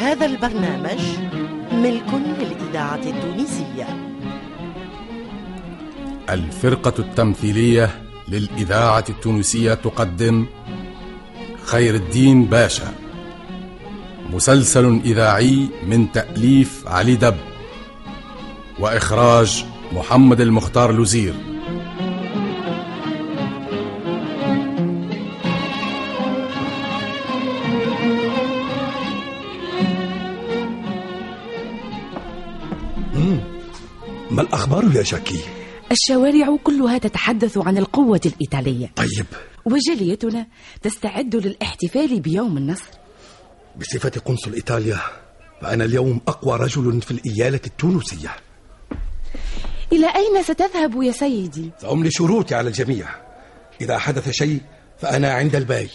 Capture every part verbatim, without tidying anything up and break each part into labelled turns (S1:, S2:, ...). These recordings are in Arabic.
S1: هذا البرنامج ملك للإذاعة التونسية.
S2: الفرقة التمثيلية للإذاعة التونسية تقدم خير الدين باشا، مسلسل إذاعي من تأليف علي دب وإخراج محمد المختار لوزير.
S3: ما الأخبار يا جاكي؟
S4: الشوارع كلها تتحدث عن القوة الإيطالية.
S3: طيب،
S4: وجاليتنا تستعد للاحتفال بيوم النصر.
S3: بصفة قنصل إيطاليا فأنا اليوم أقوى رجل في الإيالة التونسية.
S4: إلى أين ستذهب يا سيدي؟
S3: سأملي شروطي على الجميع، إذا حدث شيء فأنا عند الباي.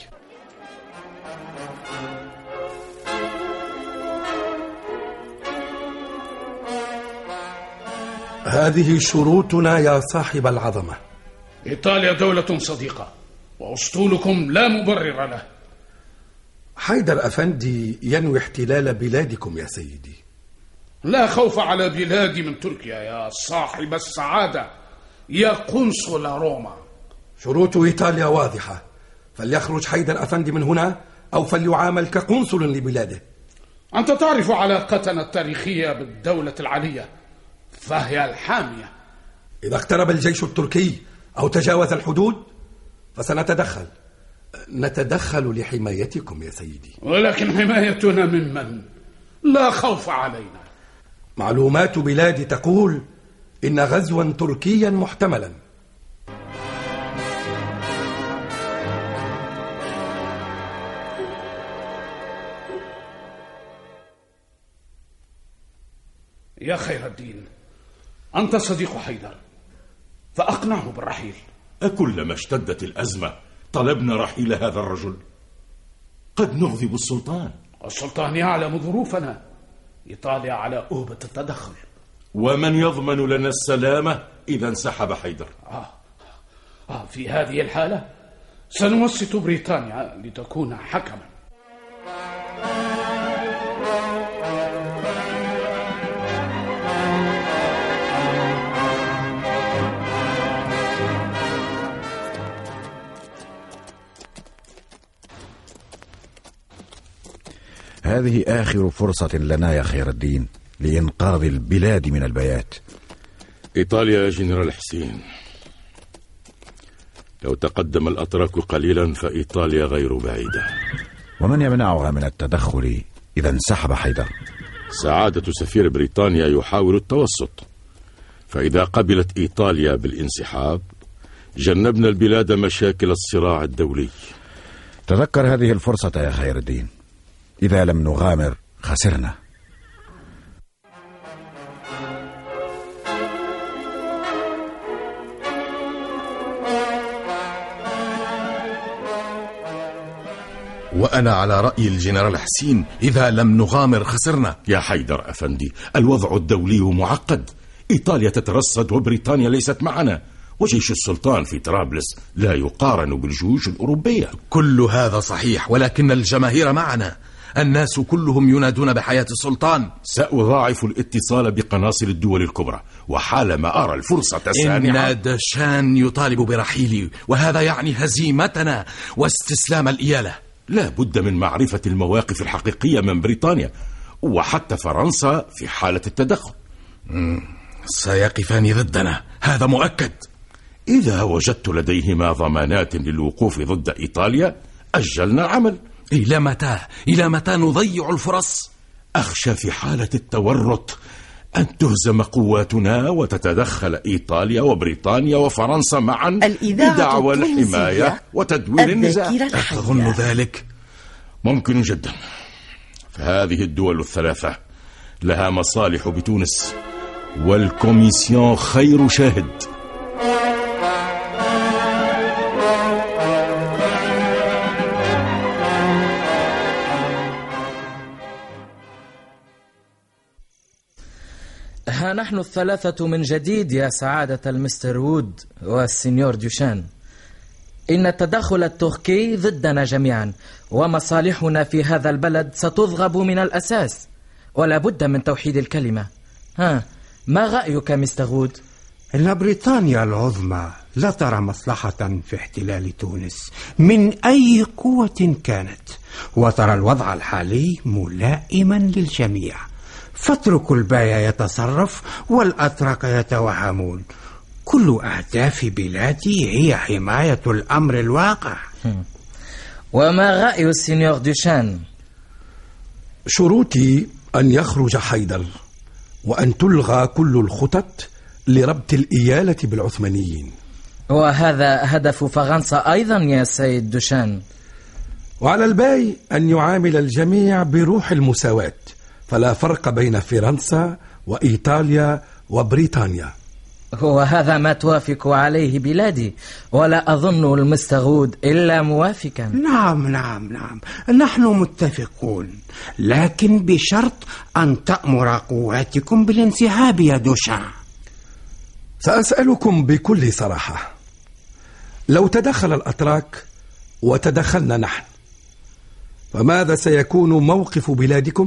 S3: هذه شروطنا يا صاحب العظمة.
S5: إيطاليا دولة صديقة وأسطولكم لا مبرر له.
S3: حيدر أفندي ينوي احتلال بلادكم يا سيدي.
S5: لا خوف على بلادي من تركيا يا صاحب السعادة، يا قنصل روما.
S3: شروط إيطاليا واضحة، فليخرج حيدر أفندي من هنا أو فليعامل كقنصل لبلاده.
S5: أنت تعرف علاقتنا التاريخية بالدولة العلية، فهي الحامية.
S3: إذا اقترب الجيش التركي أو تجاوز الحدود فسنتدخل نتدخل لحمايتكم يا سيدي.
S5: ولكن حمايتنا ممن؟ لا خوف علينا.
S3: معلومات بلادي تقول إن غزوا تركيا محتملا.
S5: يا خير الدين، أنت صديق حيدر، فأقنعه بالرحيل.
S6: أكلما اشتدت الأزمة طلبنا رحيل هذا الرجل؟ قد نغضب السلطان.
S5: السلطان يعلم ظروفنا، إيطاليا على أهبة التدخل.
S6: ومن يضمن لنا السلامة إذا انسحب حيدر؟
S5: آه. آه في هذه الحالة سنوسط بريطانيا لتكون حكما.
S7: هذه آخر فرصة لنا يا خير الدين لإنقاذ البلاد من البيات.
S6: إيطاليا يا جنرال حسين، لو تقدم الأتراك قليلا فإيطاليا غير بعيدة.
S7: ومن يمنعها من التدخل إذا انسحب حيدر؟
S6: سعادة سفير بريطانيا يحاول التوسط، فإذا قبلت إيطاليا بالانسحاب جنبنا البلاد مشاكل الصراع الدولي.
S7: تذكر هذه الفرصة يا خير الدين، إذا لم نغامر خسرنا.
S2: وأنا على رأي الجنرال حسين، إذا لم نغامر خسرنا.
S6: يا حيدر أفندي، الوضع الدولي معقد. إيطاليا تترصد وبريطانيا ليست معنا، وجيش السلطان في طرابلس لا يقارن بالجيوش الأوروبية.
S2: كل هذا صحيح، ولكن الجماهير معنا، الناس كلهم ينادون بحياة السلطان.
S6: سأضاعف الاتصال بقناصل الدول الكبرى، وحالما أرى الفرصة السانحة.
S2: إن دشان يطالب برحيلي، وهذا يعني هزيمتنا واستسلام الإيالة.
S6: لا بد من معرفة المواقف الحقيقية من بريطانيا، وحتى فرنسا في حالة التدخل
S2: سيقفان ضدنا، هذا مؤكد.
S6: إذا وجدت لديهما ضمانات للوقوف ضد إيطاليا أجلنا عمل.
S2: إلى متى؟ إلى متى نضيع الفرص؟
S6: أخشى في حالة التورط أن تهزم قواتنا وتتدخل إيطاليا وبريطانيا وفرنسا معا بدعوى الحماية وتدوير النزاع.
S2: أتظن ذلك؟
S6: ممكن جدا، فهذه الدول الثلاثة لها مصالح بتونس، والكوميسيون خير شاهد.
S8: ها نحن الثلاثة من جديد يا سعادة المستر وود والسينيور دوشان. إن التدخل التركي ضدنا جميعا، ومصالحنا في هذا البلد ستضرب من الأساس، ولا بد من توحيد الكلمة. ها، ما رأيك مستر غود؟
S9: إن بريطانيا العظمى لا ترى مصلحة في احتلال تونس من أي قوة كانت، وترى الوضع الحالي ملائما للجميع، فاتركوا الباية يتصرف والأتراك يتوهمون. كل أهداف بلادي هي حماية الأمر الواقع.
S8: وما رأي السينيور دوشان؟
S3: شروطي أن يخرج حيدر، وأن تلغى كل الخطط لربط الإيالة بالعثمانيين.
S8: وهذا هدف فرنسا أيضا يا سيد دوشان.
S3: وعلى الباقي أن يعامل الجميع بروح المساواة، فلا فرق بين فرنسا وإيطاليا وبريطانيا.
S8: وهذا ما توافق عليه بلادي، ولا أظن المستغود إلا موافقا.
S9: نعم نعم نعم، نحن متفقون، لكن بشرط أن تأمر قواتكم بالانسحاب يا دوشان.
S3: سأسألكم بكل صراحة، لو تدخل الأتراك وتدخلنا نحن، فماذا سيكون موقف بلادكم؟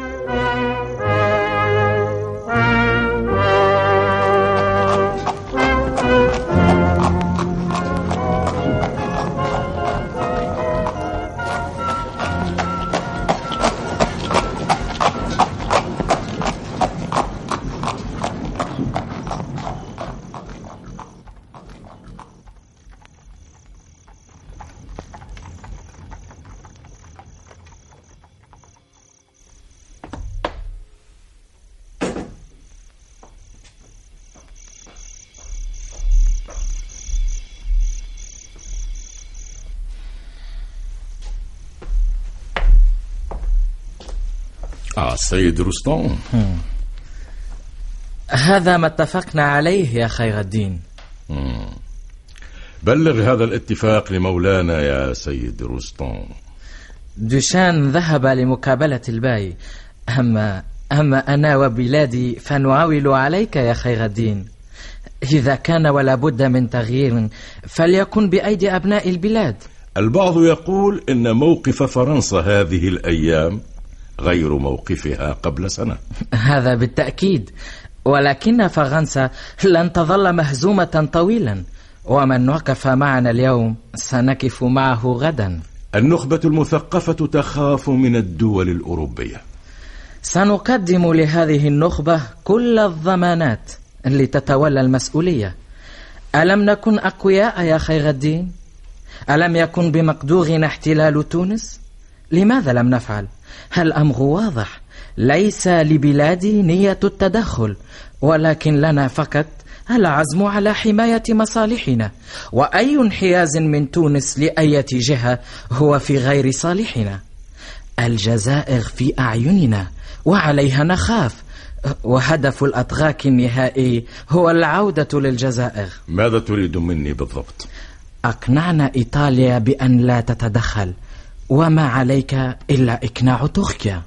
S6: آه سيد رستم،
S8: هذا ما اتفقنا عليه يا خير الدين.
S6: مم. بلغ هذا الاتفاق لمولانا يا سيد رستم.
S8: دوشان ذهب لمقابلة الباي، أما, أما أنا وبلادي فنعول عليك يا خير الدين. إذا كان ولا بد من تغيير فليكن بأيدي أبناء البلاد.
S6: البعض يقول إن موقف فرنسا هذه الأيام غير موقفها قبل سنة.
S8: هذا بالتأكيد، ولكن فرنسا لن تظل مهزومة طويلا، ومن وقف معنا اليوم سنقف معه غدا.
S6: النخبة المثقفة تخاف من الدول الأوروبية.
S8: سنقدم لهذه النخبة كل الضمانات لتتولى المسؤولية. ألم نكن أقوياء يا خير الدين؟ ألم يكن بمقدورنا احتلال تونس؟ لماذا لم نفعل؟ الأمر واضح، ليس لبلادي نية التدخل، ولكن لنا فقط العزم على حماية مصالحنا، وأي انحياز من تونس لأي جهة هو في غير صالحنا. الجزائر في أعيننا وعليها نخاف، وهدف الأتراك النهائي هو العودة للجزائر.
S6: ماذا تريد مني بالضبط؟
S8: أقنعنا إيطاليا بأن لا تتدخل، وما عليك إلا إقناع تركيا.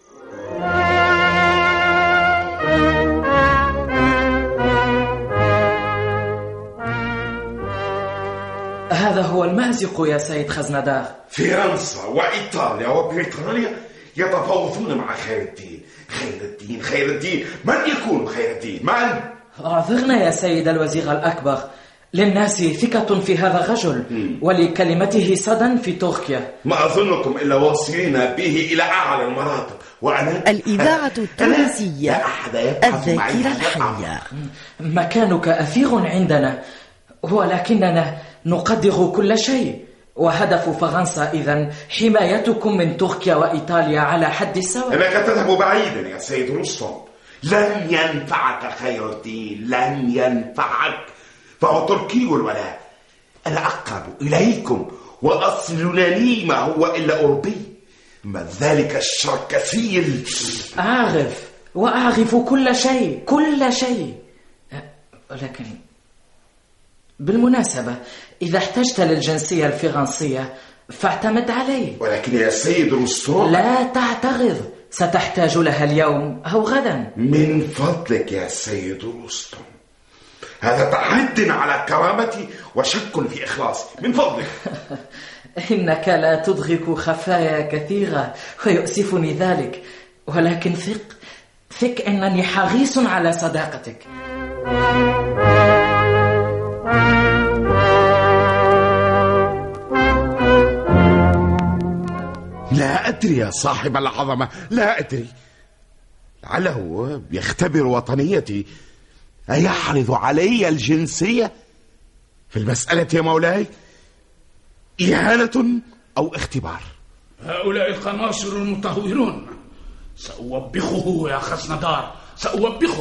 S8: هذا هو المأزق يا سيد خزندار.
S10: فرنسا وإيطاليا وبريطانيا يتفاوضون مع خير الدين. خير الدين خير الدين من يكون خير الدين؟ من؟
S8: أعذرنا يا سيد الوزير الأكبر، للناس ثقة في هذا الرجل ولكلمته صدى في تركيا.
S10: ما أظنكم إلا واصلين به إلى أعلى المراتب، وأنا
S1: الإذاعة التونسية الذاكرة الحية.
S8: مكانك أثير عندنا، ولكننا نقدر كل شيء، وهدف فرنسا إذن حمايتكم من تركيا وإيطاليا على حد سواء.
S10: إنك تذهب بعيدا يا سيد رستم. لن ينفعك خير الدين، لن ينفعك، فهو تركي الولاء. أنا أقرب إليكم، وأصلنا لي ما هو إلا أوروبي، ما ذلك الشركسي.
S8: أعرف وأعرف كل شيء كل شيء، ولكن بالمناسبة إذا احتجت للجنسية الفرنسية فاعتمد علي.
S10: ولكن يا سيد رستم
S8: لا تعترض، ستحتاج لها اليوم أو غدا.
S10: من فضلك يا سيد رستم، هذا تحد على كرامتي وشك في إخلاصي، من فضلك.
S8: إنك لا تدرك خفايا كثيرة ويؤسفني ذلك، ولكن ثق ثق أنني حريص على صداقتك.
S10: لا أدري يا صاحب العظمة، لا أدري، لعله يختبر وطنيتي، أيعرض علي الجنسية في المسألة يا مولاي؟ إهانة أو اختبار؟
S5: هؤلاء القناصر المتهورون، سأوبخه يا خزندار، سأوبخه.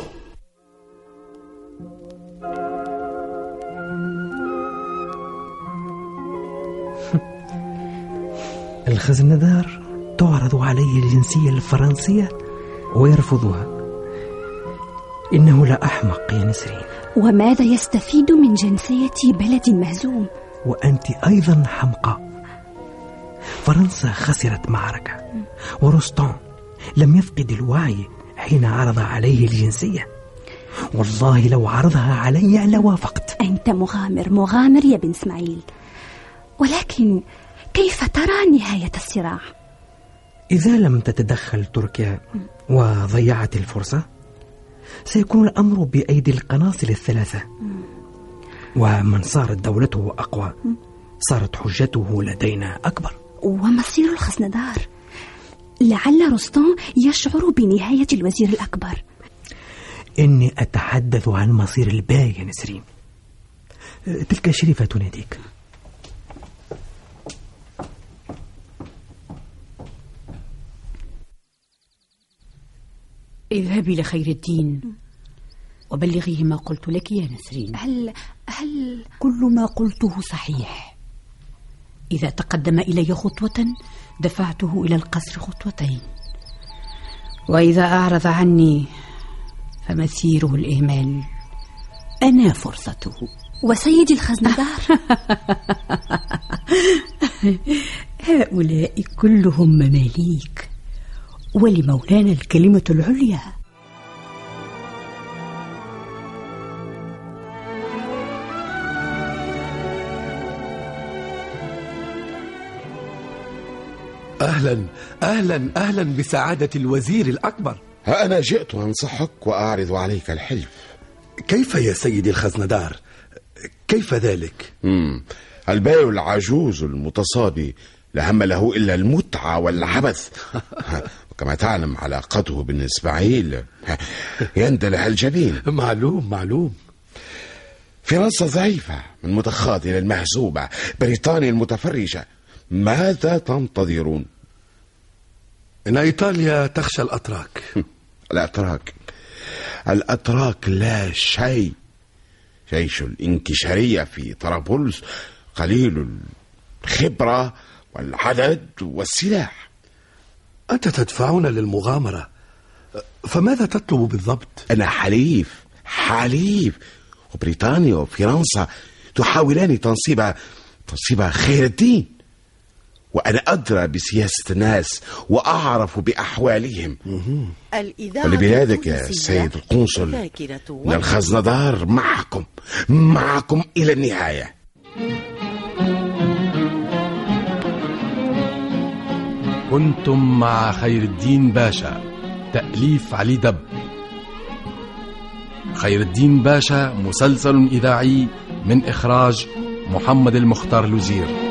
S11: الخزندار تعرض عليه الجنسية الفرنسية ويرفضها. إنه لا أحمق يا نسرين.
S12: وماذا يستفيد من جنسية بلد مهزوم؟
S11: وأنت أيضا حمقاء. فرنسا خسرت معركة، ورستون لم يفقد الوعي حين عرض عليه الجنسية. والله لو عرضها علي لوافقت.
S12: أنت مغامر مغامر يا بن إسماعيل، ولكن كيف ترى نهاية الصراع؟
S11: إذا لم تتدخل تركيا وضيعت الفرصة، سيكون الأمر بأيدي القناصل الثلاثة، ومن صارت دولته أقوى صارت حجته لدينا أكبر.
S12: ومصير الخزندار؟ لعل رستون يشعر بنهاية الوزير الأكبر.
S11: إني أتحدث عن مصير الباقي يا نسرين. تلك شريفة تناديك.
S4: اذهبي لخير الدين وبلغيه ما قلت لك يا نسرين.
S12: هل هل
S4: كل ما قلته صحيح. إذا تقدم إلي خطوة دفعته إلى القصر خطوتين، وإذا أعرض عني فمسيره الإهمال، أنا فرصته.
S12: وسيدي الخزندار؟
S4: هؤلاء كلهم مماليك، ولمولانا الكلمة العليا.
S3: أهلا أهلا أهلا بسعادة الوزير الأكبر.
S10: ها أنا جئت أنصحك وأعرض عليك الحلف.
S3: كيف يا سيدي الخزندار؟ كيف ذلك؟
S10: مم. البال العجوز المتصابي لا هم له إلا المتعة والعبث. كما تعلم علاقته بن إسماعيل يندلع الجبين.
S3: معلوم معلوم.
S10: فرنسا ضعيفة من متخاذل المهزومة، بريطانيا المتفرجة، ماذا تنتظرون؟
S3: إن إيطاليا تخشى الأتراك.
S10: الأتراك الأتراك لا شيء. جيش الإنكشارية في طرابلس قليل الخبرة والعدد والسلاح.
S3: أنت تدفعنا للمغامرة، فماذا تطلب بالضبط؟
S10: أنا حليف حليف وبريطانيا وفرنسا تحاولان تنصيب تنصيب خير الدين، وأنا أدرى بسياسة الناس وأعرف بأحوالهم. ولبلادك يا سيد القنصل إن الخزندار معكم معكم إلى النهاية.
S2: كنتم مع خير الدين باشا، تأليف علي دب. خير الدين باشا مسلسل إذاعي من إخراج محمد المختار لوزير.